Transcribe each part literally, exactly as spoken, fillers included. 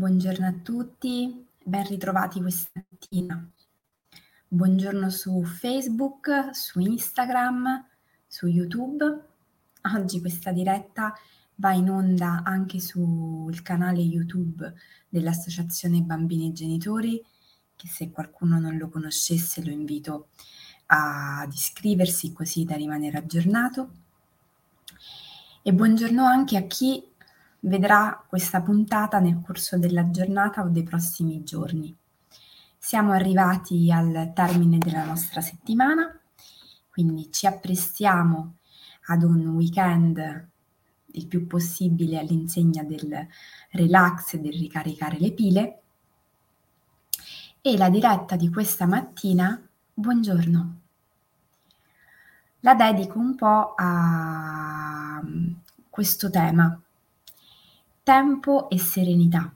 Buongiorno a tutti, ben ritrovati questa mattina. Buongiorno su Facebook, su Instagram, su YouTube. Oggi questa diretta va in onda anche sul canale YouTube dell'Associazione Bambini e Genitori, che se qualcuno non lo conoscesse lo invito ad iscriversi così da rimanere aggiornato. E buongiorno anche a chi vedrà questa puntata nel corso della giornata o dei prossimi giorni. Siamo arrivati al termine della nostra settimana, quindi ci apprestiamo ad un weekend il più possibile all'insegna del relax e del ricaricare le pile. E la diretta di questa mattina, buongiorno, la dedico un po' a questo tema. Tempo e serenità.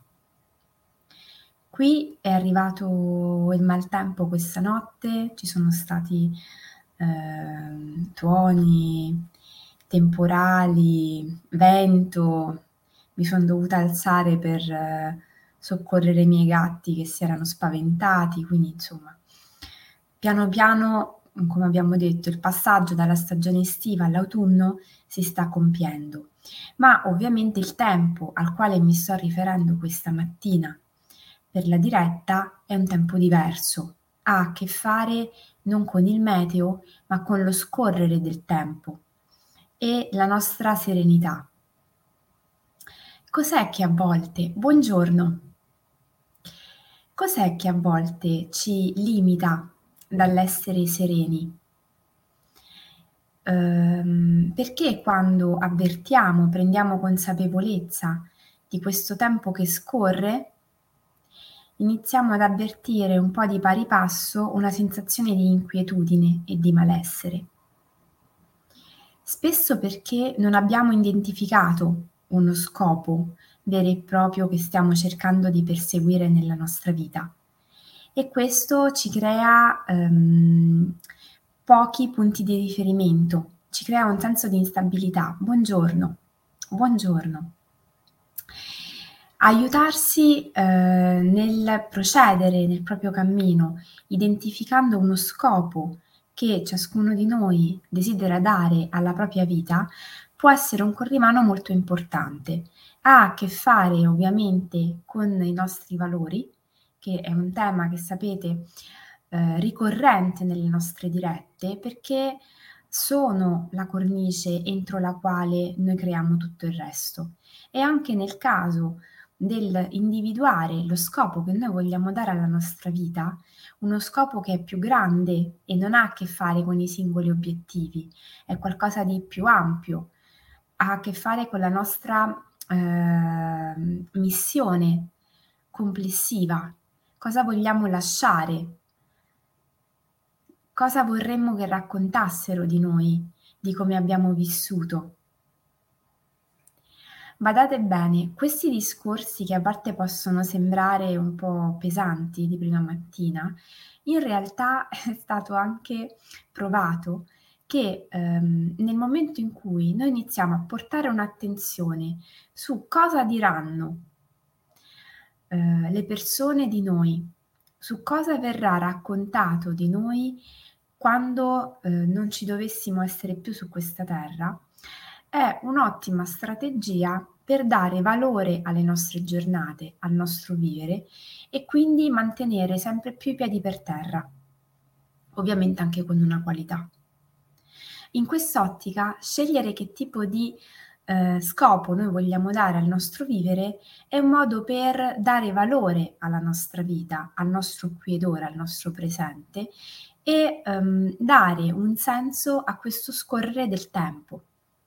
Qui è arrivato il maltempo questa notte, ci sono stati eh, tuoni, temporali, vento, mi sono dovuta alzare per eh, soccorrere i miei gatti che si erano spaventati, quindi insomma, piano piano, come abbiamo detto, il passaggio dalla stagione estiva all'autunno si sta compiendo. Ma ovviamente il tempo al quale mi sto riferendo questa mattina per la diretta è un tempo diverso, ha a che fare non con il meteo, ma con lo scorrere del tempo e la nostra serenità. Cos'è che a volte, buongiorno, cos'è che a volte ci limita dall'essere sereni? Ehm, perché quando avvertiamo, prendiamo consapevolezza di questo tempo che scorre, iniziamo ad avvertire un po' di pari passo una sensazione di inquietudine e di malessere. Spesso perché non abbiamo identificato uno scopo vero e proprio che stiamo cercando di perseguire nella nostra vita e questo ci crea ehm, pochi punti di riferimento, ci crea un senso di instabilità. Buongiorno, buongiorno. Aiutarsi eh, nel procedere nel proprio cammino, identificando uno scopo che ciascuno di noi desidera dare alla propria vita, può essere un corrimano molto importante. Ha a che fare ovviamente con i nostri valori, che è un tema che sapete eh, ricorrente nelle nostre dirette, perché sono la cornice entro la quale noi creiamo tutto il resto. E anche nel caso del individuare lo scopo che noi vogliamo dare alla nostra vita, uno scopo che è più grande e non ha a che fare con i singoli obiettivi, è qualcosa di più ampio, ha a che fare con la nostra eh, missione complessiva, cosa vogliamo lasciare, cosa vorremmo che raccontassero di noi, di come abbiamo vissuto. Badate bene, questi discorsi che a volte possono sembrare un po' pesanti di prima mattina, in realtà è stato anche provato che ehm, nel momento in cui noi iniziamo a portare un'attenzione su cosa diranno eh, le persone di noi, su cosa verrà raccontato di noi quando eh, non ci dovessimo essere più su questa terra, è un'ottima strategia per dare valore alle nostre giornate, al nostro vivere e quindi mantenere sempre più i piedi per terra, ovviamente anche con una qualità. In quest'ottica, scegliere che tipo di eh, scopo noi vogliamo dare al nostro vivere è un modo per dare valore alla nostra vita, al nostro qui ed ora, al nostro presente e ehm, dare un senso a questo scorrere del tempo.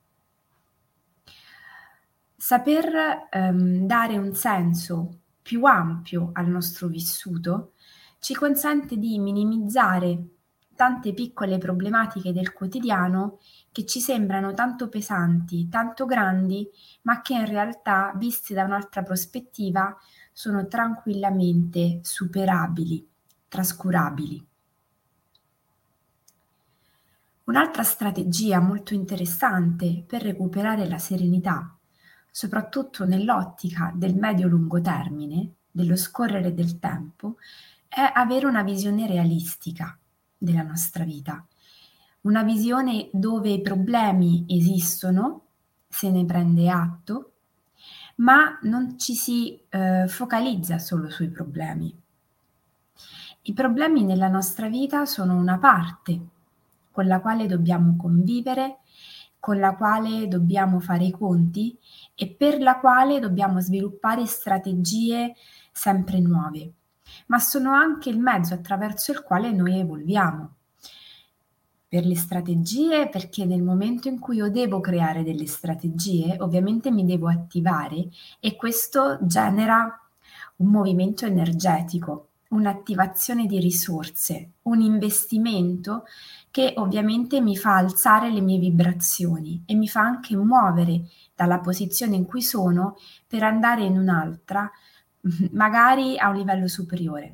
Saper ehm, dare un senso più ampio al nostro vissuto ci consente di minimizzare tante piccole problematiche del quotidiano che ci sembrano tanto pesanti, tanto grandi, ma che in realtà, viste da un'altra prospettiva, sono tranquillamente superabili, trascurabili. Un'altra strategia molto interessante per recuperare la serenità soprattutto nell'ottica del medio-lungo termine, dello scorrere del tempo, è avere una visione realistica della nostra vita. Una visione dove i problemi esistono, se ne prende atto, ma non ci si eh, focalizza solo sui problemi. I problemi nella nostra vita sono una parte con la quale dobbiamo convivere, con la quale dobbiamo fare i conti e per la quale dobbiamo sviluppare strategie sempre nuove, ma sono anche il mezzo attraverso il quale noi evolviamo. Per le strategie, perché nel momento in cui io devo creare delle strategie, ovviamente mi devo attivare e questo genera un movimento energetico, un'attivazione di risorse, un investimento che ovviamente mi fa alzare le mie vibrazioni e mi fa anche muovere dalla posizione in cui sono per andare in un'altra, magari a un livello superiore.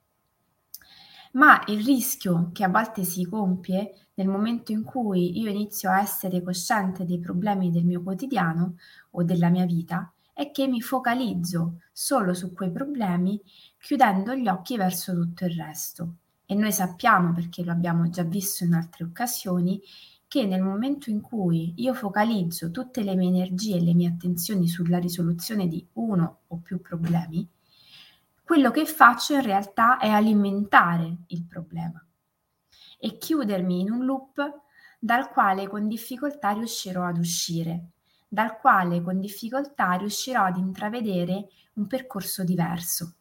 Ma il rischio che a volte si compie nel momento in cui io inizio a essere cosciente dei problemi del mio quotidiano o della mia vita è che mi focalizzo solo su quei problemi, chiudendo gli occhi verso tutto il resto. E noi sappiamo, perché lo abbiamo già visto in altre occasioni, che nel momento in cui io focalizzo tutte le mie energie e le mie attenzioni sulla risoluzione di uno o più problemi, quello che faccio in realtà è alimentare il problema e chiudermi in un loop dal quale con difficoltà riuscirò ad uscire, dal quale con difficoltà riuscirò ad intravedere un percorso diverso.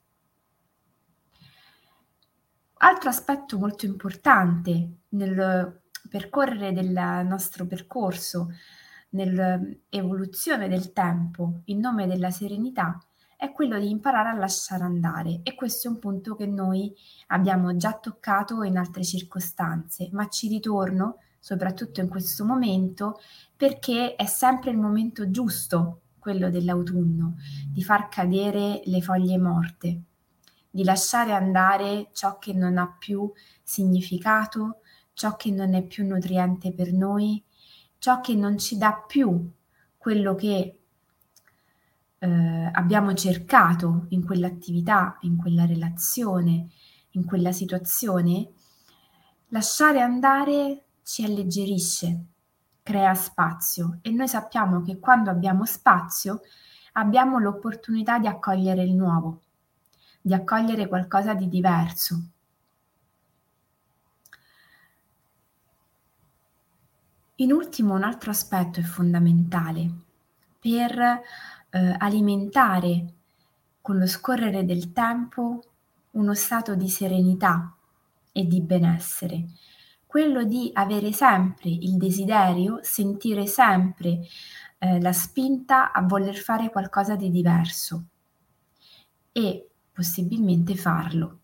Altro aspetto molto importante nel percorrere del nostro percorso, nell'evoluzione del tempo in nome della serenità, è quello di imparare a lasciare andare e questo è un punto che noi abbiamo già toccato in altre circostanze, ma ci ritorno soprattutto in questo momento perché è sempre il momento giusto, quello dell'autunno, di far cadere le foglie morte, di lasciare andare ciò che non ha più significato, ciò che non è più nutriente per noi, ciò che non ci dà più quello che eh, abbiamo cercato in quell'attività, in quella relazione, in quella situazione. Lasciare andare ci alleggerisce, crea spazio e noi sappiamo che quando abbiamo spazio abbiamo l'opportunità di accogliere il nuovo, di accogliere qualcosa di diverso. In ultimo, un altro aspetto è fondamentale per eh, alimentare con lo scorrere del tempo uno stato di serenità e di benessere, quello di avere sempre il desiderio, sentire sempre eh, la spinta a voler fare qualcosa di diverso e possibilmente farlo.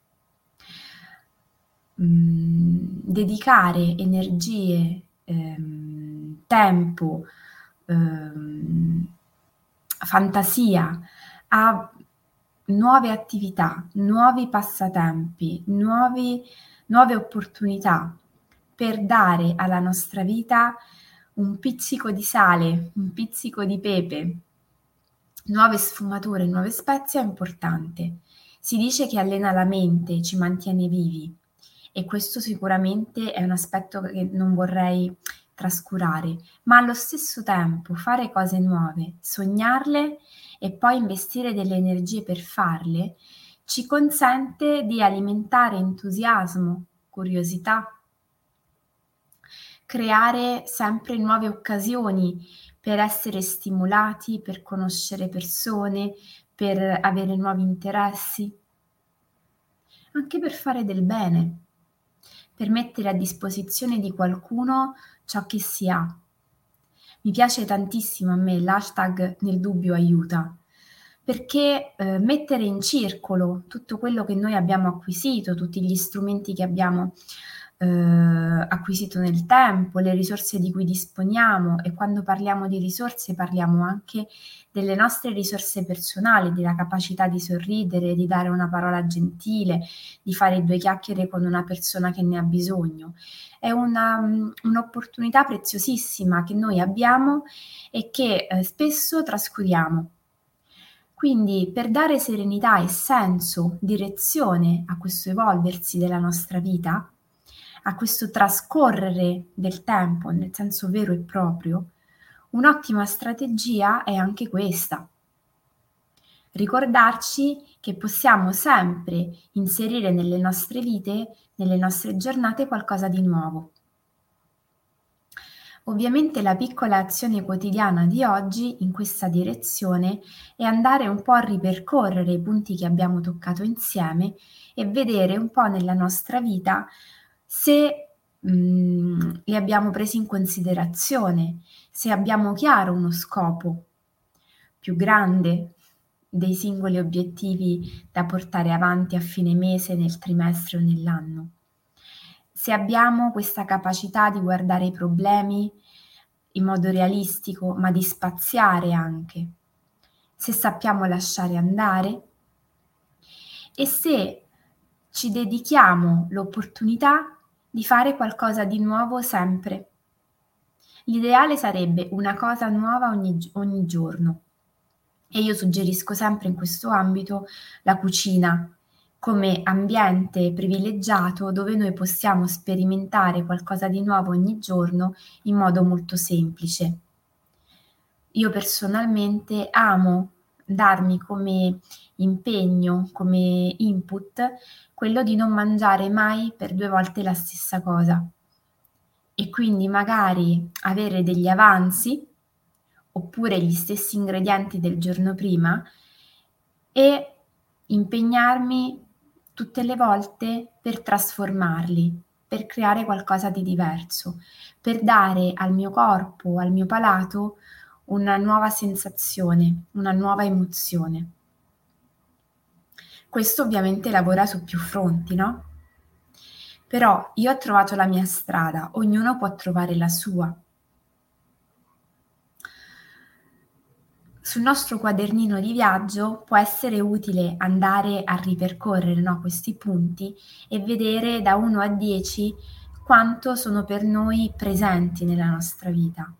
Mm, dedicare energie, ehm, tempo, ehm, fantasia a nuove attività, nuovi passatempi, nuovi, nuove opportunità per dare alla nostra vita un pizzico di sale, un pizzico di pepe, nuove sfumature, nuove spezie è importante. Si dice che allena la mente, ci mantiene vivi e questo sicuramente è un aspetto che non vorrei trascurare, ma allo stesso tempo fare cose nuove, sognarle e poi investire delle energie per farle ci consente di alimentare entusiasmo, curiosità, creare sempre nuove occasioni per essere stimolati, per conoscere persone, per avere nuovi interessi, anche per fare del bene, per mettere a disposizione di qualcuno ciò che si ha. Mi piace tantissimo a me l'hashtag nel dubbio aiuta, perché eh, mettere in circolo tutto quello che noi abbiamo acquisito, tutti gli strumenti che abbiamo eh, acquisito nel tempo, le risorse di cui disponiamo, e quando parliamo di risorse parliamo anche delle nostre risorse personali, della capacità di sorridere, di dare una parola gentile, di fare due chiacchiere con una persona che ne ha bisogno. È una, un'opportunità preziosissima che noi abbiamo e che eh, spesso trascuriamo. Quindi, per dare serenità e senso, direzione a questo evolversi della nostra vita, a questo trascorrere del tempo nel senso vero e proprio, un'ottima strategia è anche questa: ricordarci che possiamo sempre inserire nelle nostre vite, nelle nostre giornate, qualcosa di nuovo. Ovviamente la piccola azione quotidiana di oggi in questa direzione è andare un po' a ripercorrere i punti che abbiamo toccato insieme e vedere un po' nella nostra vita se mh, li abbiamo presi in considerazione, se abbiamo chiaro uno scopo più grande dei singoli obiettivi da portare avanti a fine mese, nel trimestre o nell'anno. Se abbiamo questa capacità di guardare i problemi in modo realistico, ma di spaziare anche, se sappiamo lasciare andare e se ci dedichiamo l'opportunità di fare qualcosa di nuovo sempre. L'ideale sarebbe una cosa nuova ogni, ogni giorno, e io suggerisco sempre in questo ambito la cucina come ambiente privilegiato dove noi possiamo sperimentare qualcosa di nuovo ogni giorno in modo molto semplice. Io personalmente amo darmi come impegno, come input, quello di non mangiare mai per due volte la stessa cosa, e quindi magari avere degli avanzi oppure gli stessi ingredienti del giorno prima e impegnarmi tutte le volte per trasformarli, per creare qualcosa di diverso, per dare al mio corpo, al mio palato, una nuova sensazione, una nuova emozione. Questo ovviamente lavora su più fronti, no? Però io ho trovato la mia strada, ognuno può trovare la sua. Sul nostro quadernino di viaggio può essere utile andare a ripercorrere, no, questi punti e vedere da uno a dieci quanto sono per noi presenti nella nostra vita.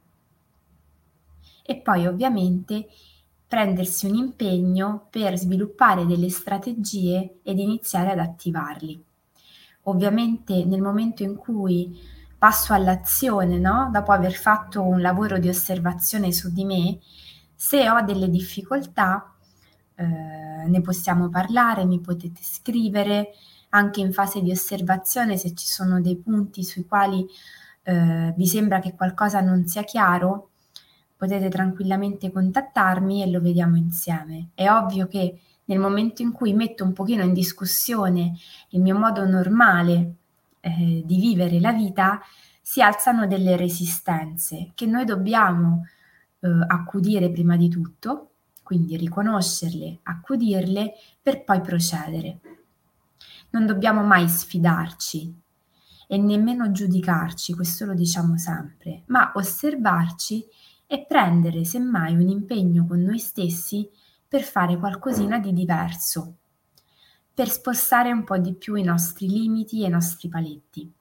E poi ovviamente prendersi un impegno per sviluppare delle strategie ed iniziare ad attivarli. Ovviamente nel momento in cui passo all'azione, no, dopo aver fatto un lavoro di osservazione su di me, se ho delle difficoltà, eh, ne possiamo parlare, mi potete scrivere anche in fase di osservazione se ci sono dei punti sui quali eh, vi sembra che qualcosa non sia chiaro, potete tranquillamente contattarmi e lo vediamo insieme. È ovvio che nel momento in cui metto un pochino in discussione il mio modo normale eh, di vivere la vita, si alzano delle resistenze che noi dobbiamo eh, accudire prima di tutto, quindi riconoscerle, accudirle per poi procedere. Non dobbiamo mai sfidarci e nemmeno giudicarci, questo lo diciamo sempre, ma osservarci e prendere semmai un impegno con noi stessi per fare qualcosina di diverso, per spostare un po' di più i nostri limiti e i nostri paletti.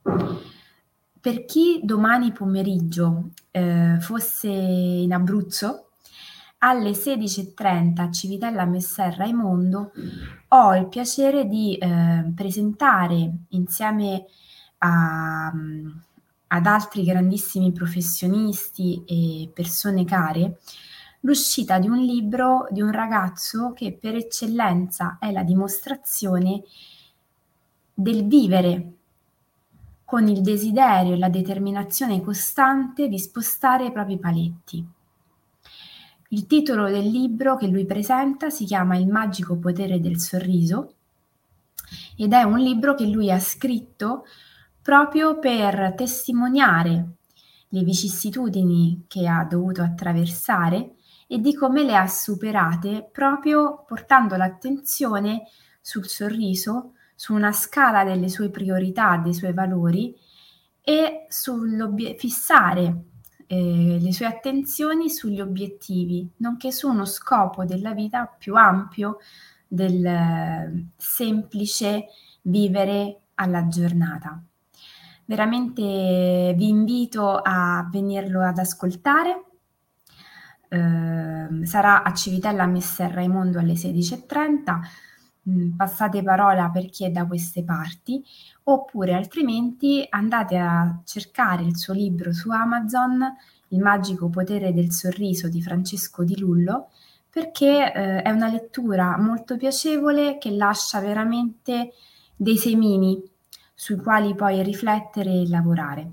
Per chi domani pomeriggio eh, fosse in Abruzzo, alle sedici e trenta a Civitella Messer Raimondo ho il piacere di eh, presentare insieme a, ad altri grandissimi professionisti e persone care l'uscita di un libro di un ragazzo che per eccellenza è la dimostrazione del vivere con il desiderio e la determinazione costante di spostare i propri paletti. Il titolo del libro che lui presenta si chiama Il magico potere del sorriso ed è un libro che lui ha scritto proprio per testimoniare le vicissitudini che ha dovuto attraversare e di come le ha superate proprio portando l'attenzione sul sorriso, su una scala delle sue priorità, dei suoi valori e sull'obiet- fissare eh, le sue attenzioni sugli obiettivi, nonché su uno scopo della vita più ampio del eh, semplice vivere alla giornata. Veramente vi invito a venirlo ad ascoltare. Eh, sarà a Civitella Messer Raimondo alle sedici e trenta. Mm, passate parola per chi è da queste parti, oppure altrimenti andate a cercare il suo libro su Amazon, Il magico potere del sorriso di Francesco Di Lullo, perché eh, è una lettura molto piacevole che lascia veramente dei semini sui quali poi riflettere e lavorare.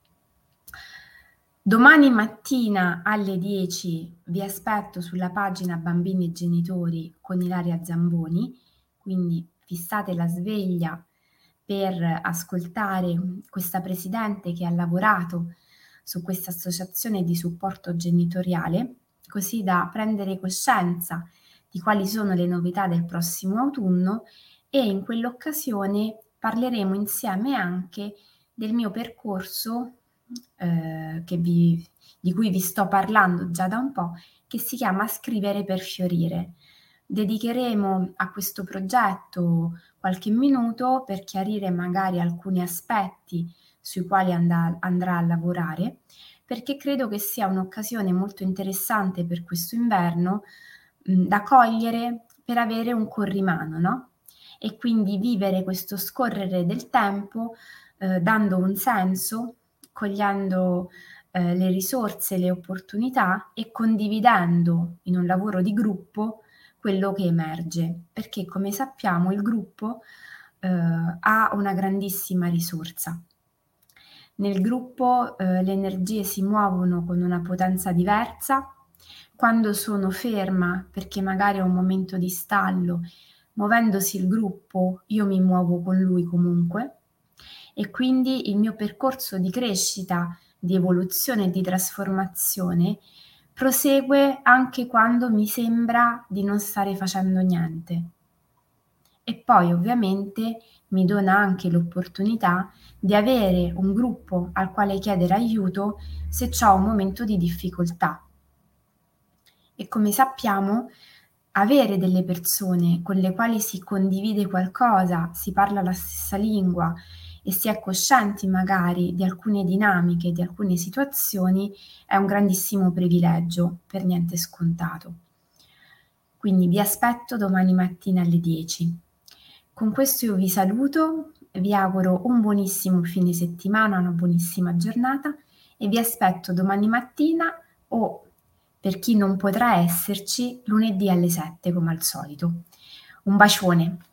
Domani mattina alle dieci vi aspetto sulla pagina Bambini e Genitori con Ilaria Zamboni, quindi fissate la sveglia per ascoltare questa presidente che ha lavorato su questa associazione di supporto genitoriale, così da prendere coscienza di quali sono le novità del prossimo autunno, e in quell'occasione parleremo insieme anche del mio percorso eh, che vi, di cui vi sto parlando già da un po', che si chiama Scrivere per fiorire. Dedicheremo a questo progetto qualche minuto per chiarire magari alcuni aspetti sui quali and- andrà a lavorare, perché credo che sia un'occasione molto interessante per questo inverno mh, da cogliere per avere un corrimano, no? E quindi vivere questo scorrere del tempo eh, dando un senso, cogliendo eh, le risorse, le opportunità e condividendo in un lavoro di gruppo quello che emerge, perché come sappiamo il gruppo eh, ha una grandissima risorsa. Nel gruppo eh, le energie si muovono con una potenza diversa. Quando sono ferma, perché magari è un momento di stallo, muovendosi il gruppo, io mi muovo con lui comunque, e quindi il mio percorso di crescita, di evoluzione e di trasformazione prosegue anche quando mi sembra di non stare facendo niente. E poi ovviamente mi dona anche l'opportunità di avere un gruppo al quale chiedere aiuto se ho un momento di difficoltà. E come sappiamo, avere delle persone con le quali si condivide qualcosa, si parla la stessa lingua e si è coscienti magari di alcune dinamiche, di alcune situazioni, è un grandissimo privilegio, per niente scontato. Quindi vi aspetto domani mattina alle dieci. Con questo io vi saluto, vi auguro un buonissimo fine settimana, una buonissima giornata e vi aspetto domani mattina o, per chi non potrà esserci, lunedì alle sette come al solito. Un bacione!